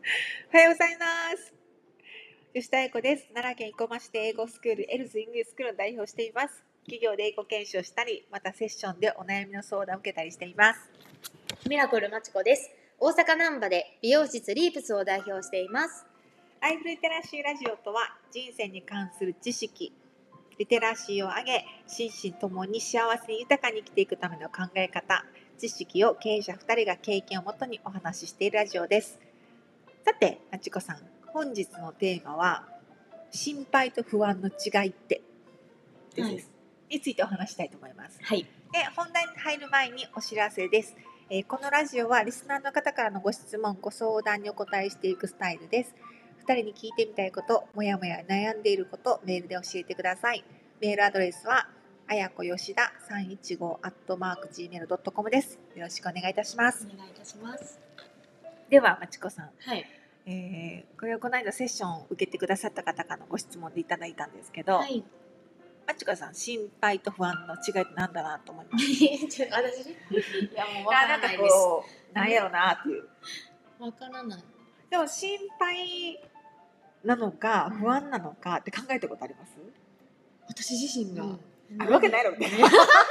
おはようございます。吉田英子です。奈良県生駒市で英語スクールエルズイングリッシュスクールを代表しています。企業で英語研修をしたり、またセッションでお悩みの相談を受けたりしています。 ミラクルまちこです。大阪難波で美容室リープスを代表しています。 ライフリテラシーラジオとは、人生に関する知識、リテラシーを上げ、心身ともに幸せに豊かに生きていくための考え方、知識を経営者2人が経験をもとにお話ししているラジオです。さて、まちこさん、本日のテーマは、心配と不安の違いってです、についてお話したいと思います。 はい。 で、本題に入る前にお知らせです。このラジオはリスナーの方からのご質問、ご相談にお答えしていくスタイルです。2人に聞いてみたいこと、もやもや悩んでいること、メールで教えてください。メールアドレスは、あやこよしだ315@gmail.com です。よろしくお願いいたします。 お願いいたします。 では、まちこさん。 はい。 これをこの間セッションを受けてくださった方からのご質問でいただいたんですけど、 はい。 まちこさん、心配と不安の違いって何だなと思います私ね。いやもうわからないです。 なんやろなっていう。 わからない。 でも心配なのか不安なのかって考えたことあります？ 私自身が。 あるわけないのね。 ないです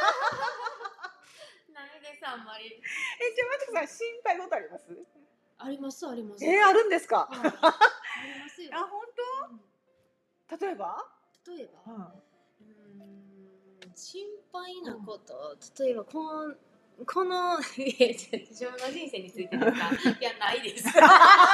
あんまり。 じゃあまちこさん心配事あります？ ありますあります。 あるんですか？ ありますよ。 あ、本当？例えば？ 例えば。心配なこと、例えばこの自分の人生についてですか？いやないです。物件を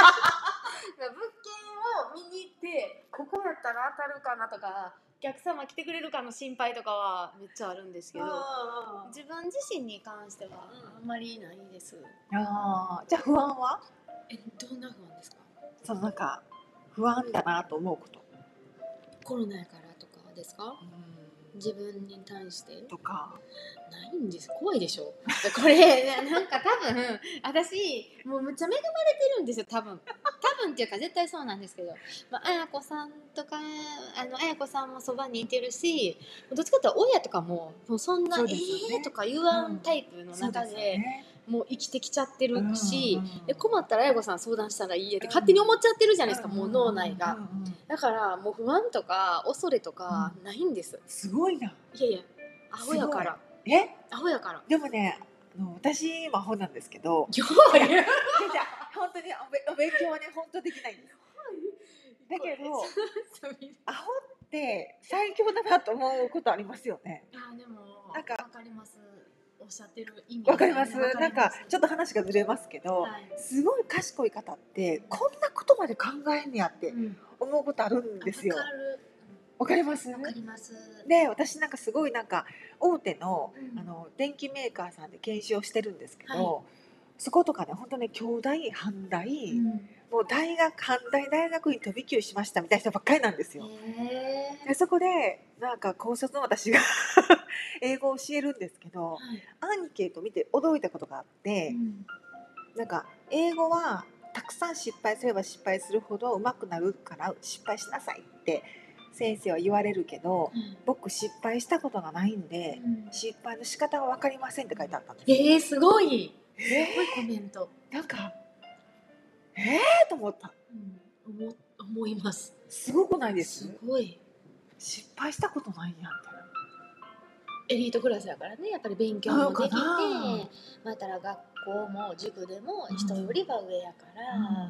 見に行ってここやったら当たるかなとか、お客様来てくれるかの心配とかはめっちゃあるんですけど、自分自身に関してはあんまりないです。 じゃあ不安は？ どんな不安ですか？ そのなんか不安だなと思うこと。 コロナやからとかですか？自分に対してとかないんです。怖いでしょこれ。なんか多分私もうむっちゃ恵まれてるんですよ。多分っていうか絶対そうなんですけど、あやこさんとかあやこさんもそばにいてるし、どっちかっていうと親とかもうそんなそうですよねとか言わんタイプの中で、もう生きてきちゃってるし、困ったらあやこさん相談したらいいって勝手に思っちゃってるじゃないですか、もう脳内が。だからもう不安とか恐れとかないんです。 すごいな。 いやいや、アホやから。アホやから。 でもね、私もアホなんですけど、 じゃ本当にお勉強はね本当できないんです。だけどアホって最強だなと思うことありますよね。 でもなんかわかります。おっしゃってる意味わかります。なんかちょっと話がずれますけど、すごい賢い方ってこんなことまで考えんねやって思うことあるんですよ。わかります。 わかります。 で、私なんかすごいなんか大手の電機メーカーさんで研修をしてるんですけど、そことかね本当ね京大阪大、もう阪大大学に飛び級しましたみたいな人ばっかりなんですよ。でそこでなんか高卒の私が英語を教えるんですけど、アンケート見て驚いたことがあって、なんか英語はたくさん失敗すれば失敗するほど上手くなるから失敗しなさいって先生は言われるけど、僕失敗したことがないんで、失敗の仕方は分かりませんって書いてあったんです。 すごいコメント。 なんかと思った。 思います。 すごくないです？ すごい。 失敗したことないやんって。 エリートクラスやからね、やっぱり勉強もできて、またら学校も塾でも人よりは上やから、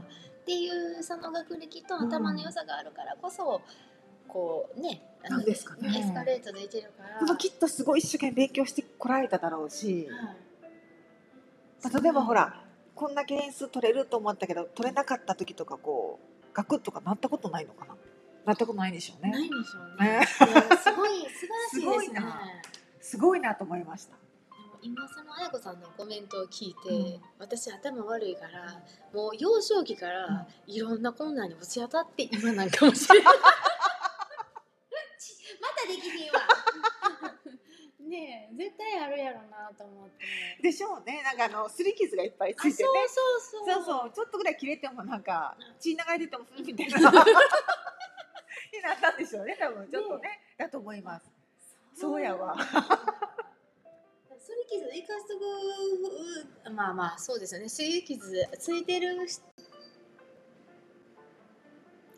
っていうその学歴と頭の良さがあるからこそ、こうね、 なんですかね、 エスカレートでいけるから。 でもきっとすごい一生懸命勉強してこられただろうし、例えばほらこんな点数取れると思ったけど取れなかった時とかこうガクッとかなったことないのかな。なったことないでしょうね。 ないでしょうね。すごい素晴らしいですね。 すごいなと思いました。 今そのあやこさんのコメントを聞いて、私頭悪いからもう幼少期からいろんな困難にぶち当たって今なんかもしれない。またできひんわ。ねえ、絶対あるやろなと思って。 でしょうね。なんか擦り傷がいっぱいついてね。そうちょっとぐらい切れてもなんか血流れててもみたいなになったんでしょうね。多分ちょっとねだと思います。そうやわ。 擦り傷生かすとく、まあそうですよね。擦り傷ついてる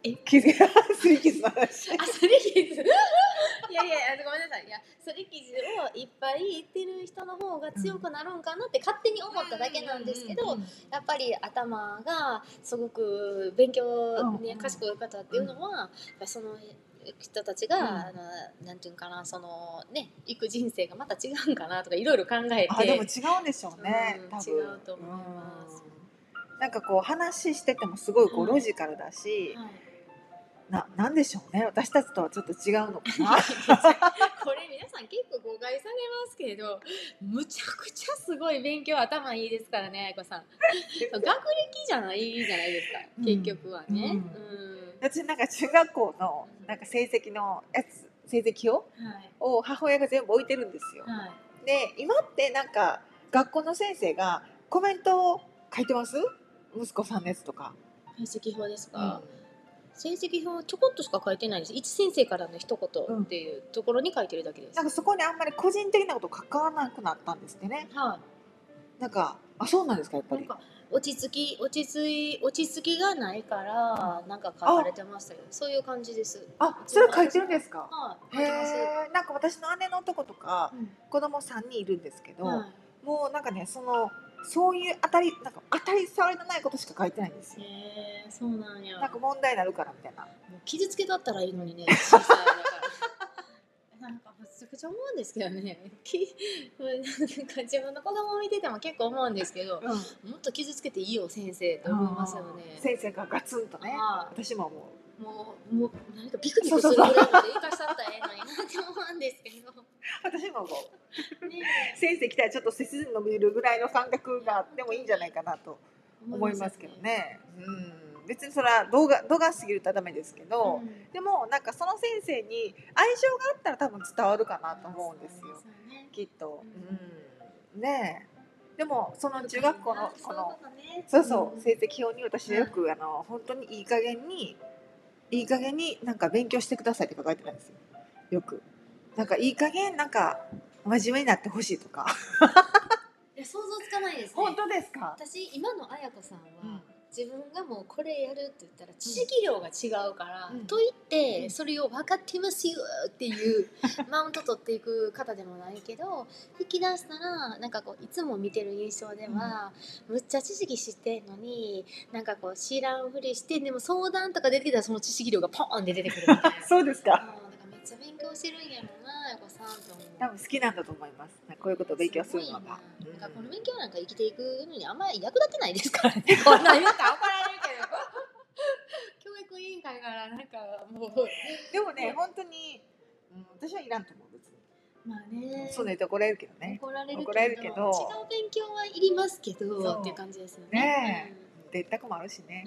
気づけすり傷の話。 あ、すり傷。いやいや、ごめんなさい。いや、すり傷をいっぱい言ってる人の方が強くなるんかなって勝手に思っただけなんですけど、やっぱり頭がすごく勉強ね、賢い方っていうのは、その人たちが、なんていうかな、そのね、行く人生がまた違うんかなとかいろいろ考えて。 あ、でも違うんでしょうね。 違うと思います。 なんかこう話しててもすごいこうロジカルだし、なんでしょうね、私たちとはちょっと違うのかな。 これ皆さん結構誤解されますけど、むちゃくちゃすごい勉強頭いいですからね、愛子さん。学歴じゃないじゃないですか、結局はね。 私なんか中学校のなんか成績のやつ、成績表を母親が全部置いてるんですよ。で今ってなんか学校の先生がコメントを書いてます？息子さんのやつとか。 成績表ですか？成績表ちょこっとしか書いてないです。一先生からの一言っていうところに書いてるだけです。 なんかそこにあんまり個人的なこと書かなくなったんですってね。なんかそうなんですか、やっぱり。なんか落ち着きがないからなんか書かれてましたけど、そういう感じです。 それ書いてるんですか？ 書いてます。 なんか私の姉の男とか子供3人いるんですけど、もうなんかね、そういう当たり障りのないことしか書いてないんですよ。 そうなんや。 なんか問題になるからみたいな。 もう傷つけだったらいいのにね、小さいだから。なんかめちゃくちゃ思うんですけどね。なんか自分の子供を見てても結構思うんですけど、もっと傷つけていいよ先生って思いますよね。 先生がガツンとね。私も思う。 もう何かビクビクするぐらいまで生かしちゃったらええのになって思うんですけど。 私も思う。先生来たらちょっと背筋伸びるぐらいの感覚があってもいいんじゃないかなと思いますけどね。別にそれは度が過ぎるとダメですけど、でもなんかその先生に愛情があったら多分伝わるかなと思うんですよ、きっと。ねえ。でもその中学校のこのそう成績表に私はよく本当にいい加減になんか勉強してくださいって書いてたんですよ。よくなんかいい加減なんか真面目になってほしいとか。 いや想像つかないですね。 本当ですか？ 私今の彩子さんは、自分がもうこれやるって言ったら知識量が違うから、といってそれを分かってますよっていうマウント取っていく方でもないけど、引き出したらなんかこういつも見てる印象では、むっちゃ知識知ってんのになんかこう知らんふりしてでも相談とか出てきたらその知識量がポーンって出てくるみたいな。 そうですか。 めっちゃ勉強してるんやろうな、彩子さんと思う。 多分好きなんだと思います。こういうことを勉強するのが。 なんかこの勉強なんか生きていくのにあんまり役立ってないですからね。こんな言うか怒られるけど。教育委員会からなんかもう。 でもね、本当に、私はいらんと思う別に。 まあね。 そうね、怒られるけどね。 怒られるけど。違う勉強はいりますけどっていう感じですよね。 ねえ。電卓もあるしね。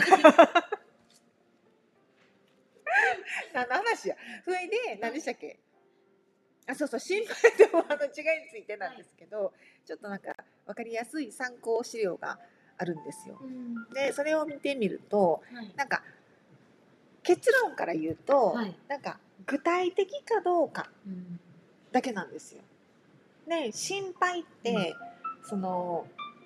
何の話や。それで何でしたっけ？そう心配と違いについてなんですけど、ちょっとなんか分かりやすい参考資料があるんですよ。でそれを見てみると、なんか結論から言うと、なんか具体的かどうかだけなんですよ。で心配って、その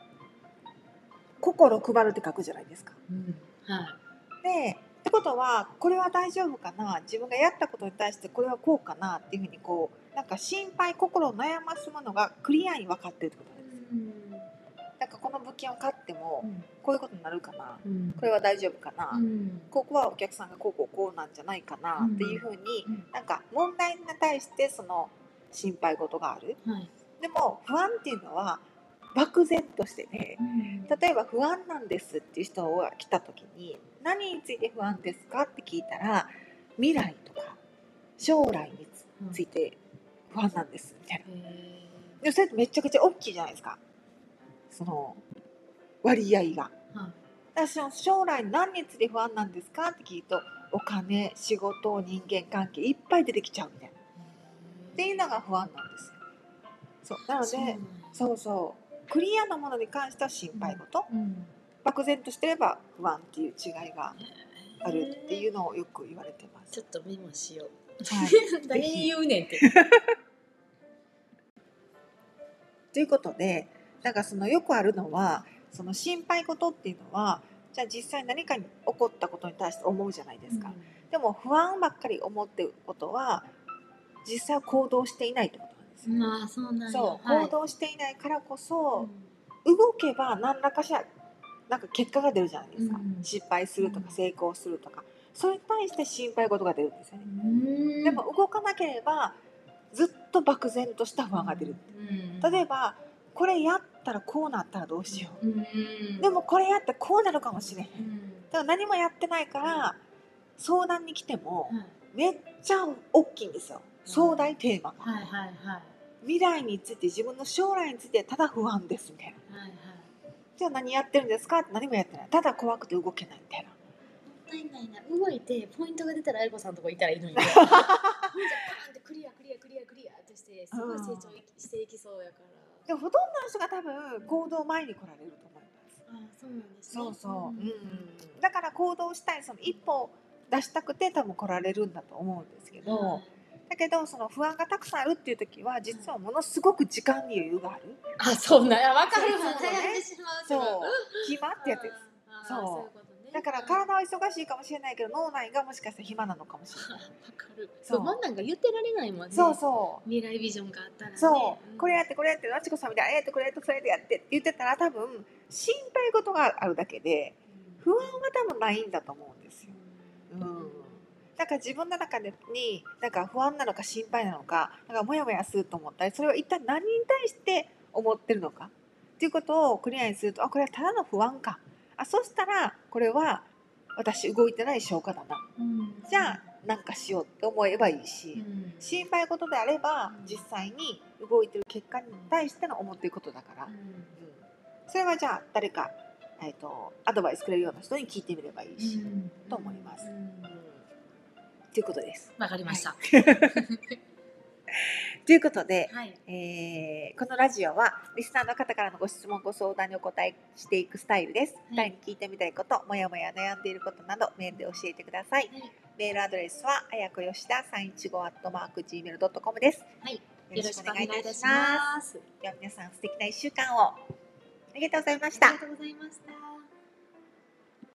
心配るって書くじゃないですか。でってことはこれは大丈夫かな、自分がやったことに対してこれはこうかなっていうふうにこうなんか心配、心を悩ますものがクリアに分かってるってことなんですよ。なんかこの物件を買ってもこういうことになるかな、これは大丈夫かな、ここはお客さんがこうなんじゃないかなっていうふうに、なんか問題に対してその心配事がある。でも不安っていうのは漠然としてね、例えば不安なんですっていう人が来た時に何について不安ですかって聞いたら、未来とか将来について不安なんですみたいな。でそれってめちゃくちゃ大きいじゃないですか、その割合が。私は将来何について不安なんですかって聞くと、お金、仕事、人間関係いっぱい出てきちゃうみたいなっていうのが不安なんですよ。そうなのでそうクリアなものに関しては心配事、漠然としてれば不安っていう違いがあるっていうのをよく言われてます。 ちょっとメモしよう。 誰に言うねんって。 ということで、なんかそのよくあるのはその心配事っていうのはじゃあ実際何かに起こったことに対して思うじゃないですか。でも不安ばっかり思ってることは実際は行動していないってことなんですよ。 まあそうなんや。 そう、行動していないからこそ、 う動けば何らかしらなんか結果が出るじゃないですか。 うん失敗するとか成功するとか、それに対して心配事が出るんですよね。 んでも動かなければずっと漠然とした不安が出る。例えばこれやったらこうなったらどうしよう。でもこれやってこうなるかもしれへん。だから何もやってないから相談に来てもめっちゃ大きいんですよ。壮大テーマが。 はいはいはい。 未来について自分の将来についてただ不安ですみたいな。 はいはい。 じゃあ何やってるんですかって何もやってない。ただ怖くて動けないみたいな。 もったいないな。動いてポイントが出たら愛子さんのとこいたらいいのに。ほんじゃパーンってクリアってしてすごい成長していきそうやから。 でもほとんどの人が多分行動前に来られると思います。 あ、そうなんですね。 そうそう。だから行動したいその一歩を出したくて多分来られるんだと思うんですけど。だけどその不安がたくさんあるっていう時は実はものすごく時間に余裕がある。 あ、そんなわかる。 そう悩んでしまう。 そう暇ってやつです。そうだから体は忙しいかもしれないけど脳内がもしかしたら暇なのかもしれない。 わかる。そう、そんなんが言ってられないもんね。 そうそう。 未来ビジョンがあったらね。 そう、これやってこれやってあちこさんみたいなやってこれやってそれでやってって言ってたら多分心配事があるだけで不安は多分ないんだと思うんですよ。だから自分の中になんか不安なのか心配なのか、なんかモヤモヤすると思ったり、それは一体何に対して思ってるのかっていうことをクリアにすると、あ、これはただの不安か。あ、そしたらこれは私動いてない証拠だな。じゃあなんかしようって思えばいいし、心配事であれば実際に動いてる結果に対しての思っていることだから、それはじゃあ誰か、アドバイスくれるような人に聞いてみればいいし、と思います。ということです。 わかりました。 ということで、 はい、 このラジオはリスナーの方からのご質問ご相談にお答えしていくスタイルです。2人に聞いてみたいこと、もやもや悩んでいることなどメールで教えてください。メールアドレスはあやこよしだ315@gmail.com です。 はい、 よろしくお願いいたしまます。では皆さん素敵な1週間をありがとうございました。 ありがとうございました。